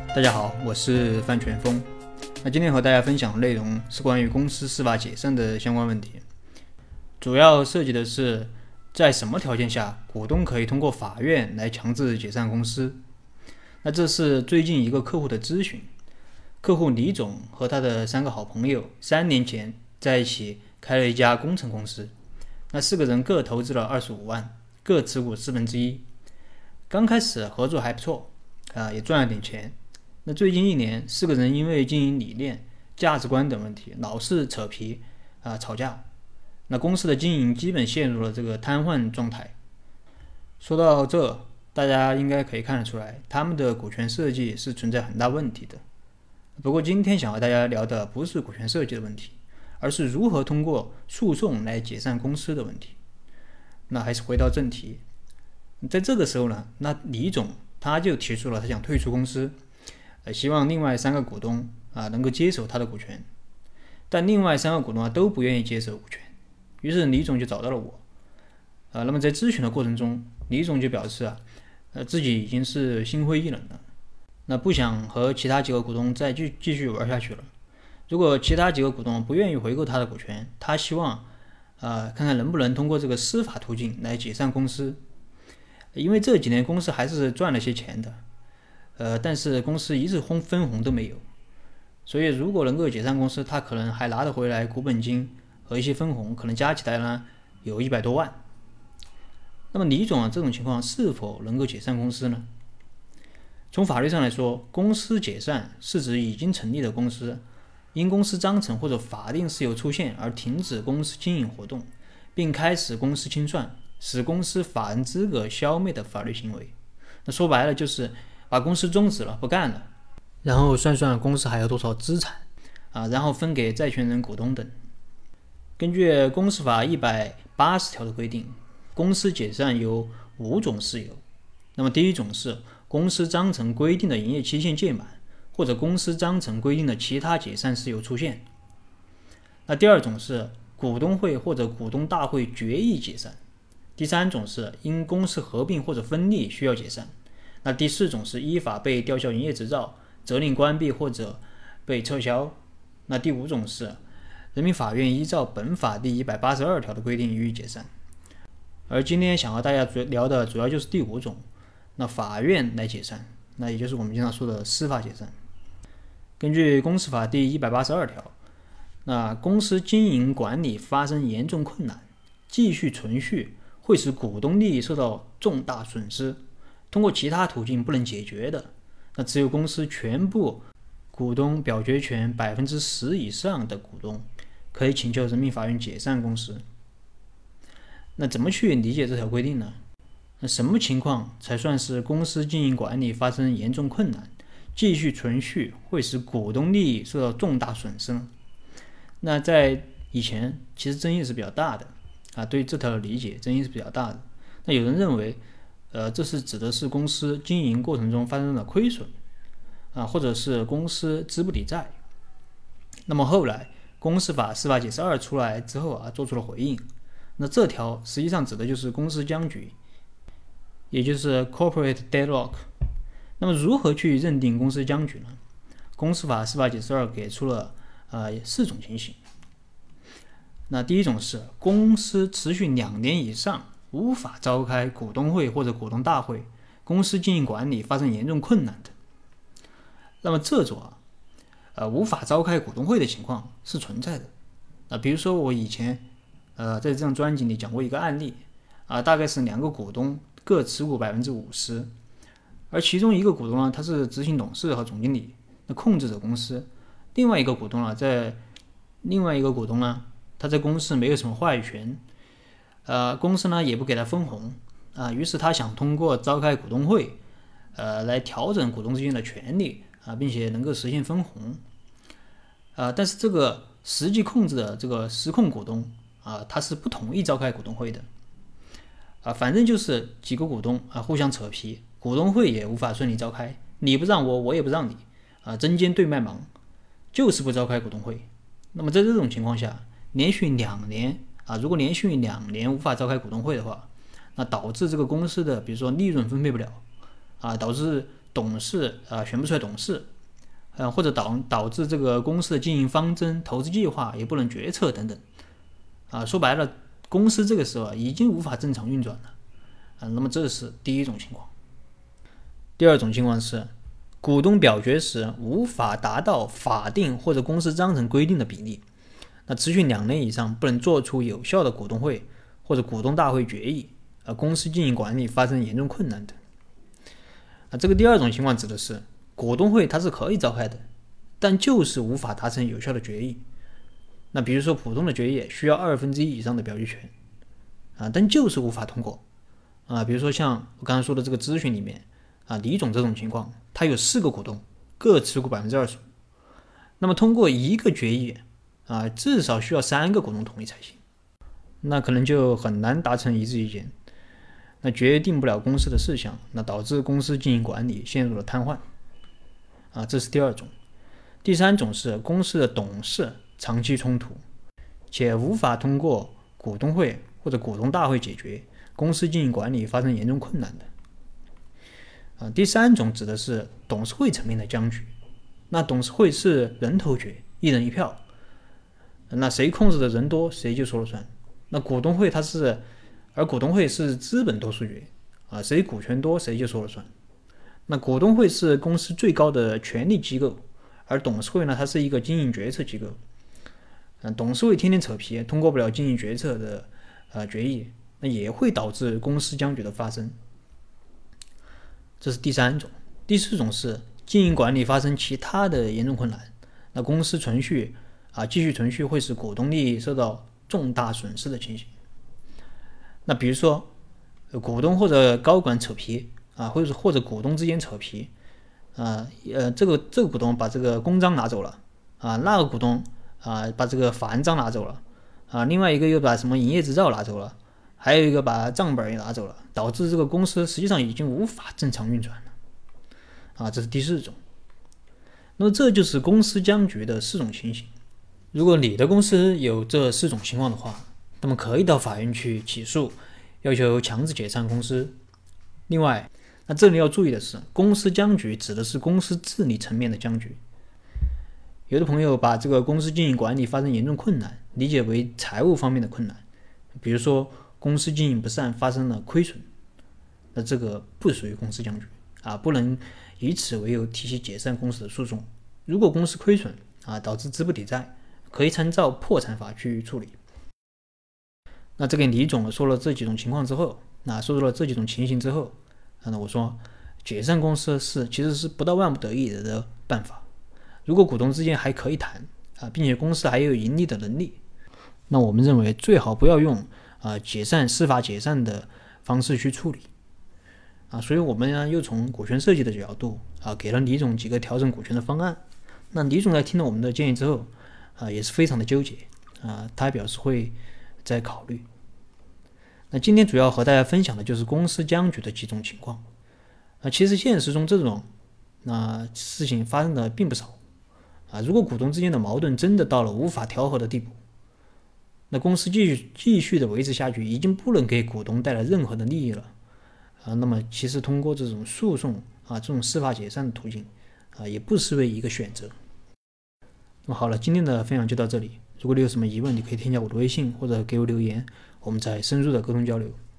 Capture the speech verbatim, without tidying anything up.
大家好，我是范全峰。那今天和大家分享的内容是关于公司司法解散的相关问题，主要涉及的是在什么条件下股东可以通过法院来强制解散公司。那这是最近一个客户的咨询，客户李总和他的三个好朋友三年前在一起开了一家工程公司，那四个人各投资了二十五万，各持股四分之一。刚开始合作还不错啊，也赚了点钱。那最近一年，四个人因为经营理念、价值观等问题，老是扯皮啊吵架。那公司的经营基本陷入了这个瘫痪状态。说到这，大家应该可以看得出来，他们的股权设计是存在很大问题的。不过今天想和大家聊的不是股权设计的问题，而是如何通过诉讼来解散公司的问题。那还是回到正题，在这个时候呢，那李总他就提出了他想退出公司，呃，希望另外三个股东啊能够接手他的股权，但另外三个股东啊都不愿意接手股权，于是李总就找到了我，啊，那么在咨询的过程中，李总就表示啊，呃，自己已经是心灰意冷了，那不想和其他几个股东再继继续玩下去了。如果其他几个股东不愿意回购他的股权，他希望，呃，看看能不能通过这个司法途径来解散公司，因为这几年公司还是赚了些钱的。呃，但是公司一次分分红都没有，所以如果能够解散公司，他可能还拿得回来股本金和一些分红，可能加起来呢有一百多万。那么李总啊，这种情况是否能够解散公司呢？从法律上来说，公司解散是指已经成立的公司，因公司章程或者法定事由出现而停止公司经营活动，并开始公司清算，使公司法人资格消灭的法律行为。那说白了就是把公司终止了，不干了，然后算算公司还有多少资产啊，然后分给债权人、股东等。根据公司法一百八十条的规定，公司解散有五种事由。那么第一种是公司章程规定的营业期限届满，或者公司章程规定的其他解散事由出现。那第二种是股东会或者股东大会决议解散。第三种是因公司合并或者分立需要解散。那第四种是依法被吊销营业执照、责令关闭或者被撤销。那第五种是人民法院依照本法第一百八十二条的规定予以解散。而今天想和大家聊的主要就是第五种，那法院来解散，那也就是我们经常说的司法解散。根据公司法第一百八十二条，那公司经营管理发生严重困难，继续存续会使股东利益受到重大损失，通过其他途径不能解决的，那只有公司全部股东表决权百分之十以上的股东可以请求人民法院解散公司。那怎么去理解这条规定呢？那什么情况才算是公司经营管理发生严重困难，继续存续会使股东利益受到重大损失呢？那在以前其实争议是比较大的啊，对这条的理解争议是比较大的。那有人认为呃，这是指的是公司经营过程中发生了亏损啊，或者是公司资不抵债。那么后来公司法司法解释二出来之后啊，做出了回应。那这条实际上指的就是公司僵局，也就是 corporate deadlock。那么如何去认定公司僵局呢？公司法司法解释二给出了呃四种情形。那第一种是公司持续两年以上无法召开股东会或者股东大会，公司经营管理发生严重困难的。那么这种啊，呃，无法召开股东会的情况是存在的。啊，比如说我以前呃在这张专辑里讲过一个案例啊，大概是两个股东各持股百分之五十，而其中一个股东呢，他是执行董事和总经理，那控制着公司；另外一个股东呢，在另外一个股东呢，他在公司没有什么话语权。呃，公司呢也不给他分红啊，于是他想通过召开股东会，呃，来调整股东之间的权利啊，并且能够实现分红。啊，但是这个实际控制的这个实控股东啊，他是不同意召开股东会的。啊，反正就是几个股东啊互相扯皮，股东会也无法顺利召开，你不让我，我也不让你，啊，针尖对麦芒，就是不召开股东会。那么在这种情况下，连续两年。啊，如果连续两年无法召开股东会的话，那导致这个公司的比如说利润分配不了，啊，导致董事啊、呃、选不出来董事，呃或者导导致这个公司的经营方针、投资计划也不能决策等等。啊，说白了，公司这个时候啊已经无法正常运转了。啊，那么这是第一种情况。第二种情况是，股东表决时无法达到法定或者公司章程规定的比例，那持续两年以上不能做出有效的股东会或者股东大会决议，啊，公司经营管理发生严重困难的。啊，这个第二种情况指的是股东会它是可以召开的，但就是无法达成有效的决议。那比如说普通的决议需要二分之一以上的表决权，啊，但就是无法通过。啊，比如说像我刚才说的这个咨询里面，啊，李总这种情况，他有四个股东，各持股百分之二十五，那么通过一个决议，啊，至少需要三个股东同意才行，那可能就很难达成一致意见，那决定不了公司的事项，那导致公司经营管理陷入了瘫痪。啊，这是第二种。第三种是公司的董事长期冲突，且无法通过股东会或者股东大会解决，公司经营管理发生严重困难的。啊，第三种指的是董事会层面的僵局。那董事会是人头决，一人一票，那谁控制的人多，谁就说了算。那股东会它是，而股东会是资本多数决，啊，谁股权多谁就说了算。那股东会是公司最高的权力机构，而董事会呢，它是一个经营决策机构。嗯，董事会天天扯皮，通过不了经营决策的呃决议，那也会导致公司僵局的发生。这是第三种。第四种是经营管理发生其他的严重困难，那公司存续啊继续存续会使股东利益受到重大损失的情形。那比如说股东或者高管扯皮啊，或者或者股东之间扯皮啊，呃这个这个股东把这个公章拿走了啊，那个股东啊把这个法人章拿走了啊，另外一个又把什么营业执照拿走了，还有一个把账本也拿走了，导致这个公司实际上已经无法正常运转了。啊，这是第四种。那么这就是公司僵局的四种情形。如果你的公司有这四种情况的话，那么可以到法院去起诉，要求强制解散公司。另外，那这里要注意的是，公司僵局指的是公司治理层面的僵局。有的朋友把这个公司经营管理发生严重困难理解为财务方面的困难，比如说公司经营不善发生了亏损，那这个不属于公司僵局啊，不能以此为由提起解散公司的诉讼。如果公司亏损啊导致资不抵债，可以参照破产法去处理。那这个李总说了这几种情况之后，那说了这几种情形之后，那我说解散公司是其实是不到万不得已的办法。如果股东之间还可以谈啊，并且公司还有盈利的能力，那我们认为最好不要用啊解散司法解散的方式去处理啊。所以我们呢又从股权设计的角度啊给了李总几个调整股权的方案。那李总在听了我们的建议之后啊也是非常的纠结啊，他表示会再考虑。那今天主要和大家分享的就是公司僵局的几种情况啊，其实现实中这种那事情发生的并不少啊。如果股东之间的矛盾真的到了无法调和的地步，那公司继续继续的维持下去，已经不能给股东带来任何的利益了啊。那么其实通过这种诉讼啊，这种司法解散的途径啊，也不失为一个选择。那么好了，今天的分享就到这里。如果你有什么疑问，你可以添加我的微信或者给我留言，我们再深入的沟通交流。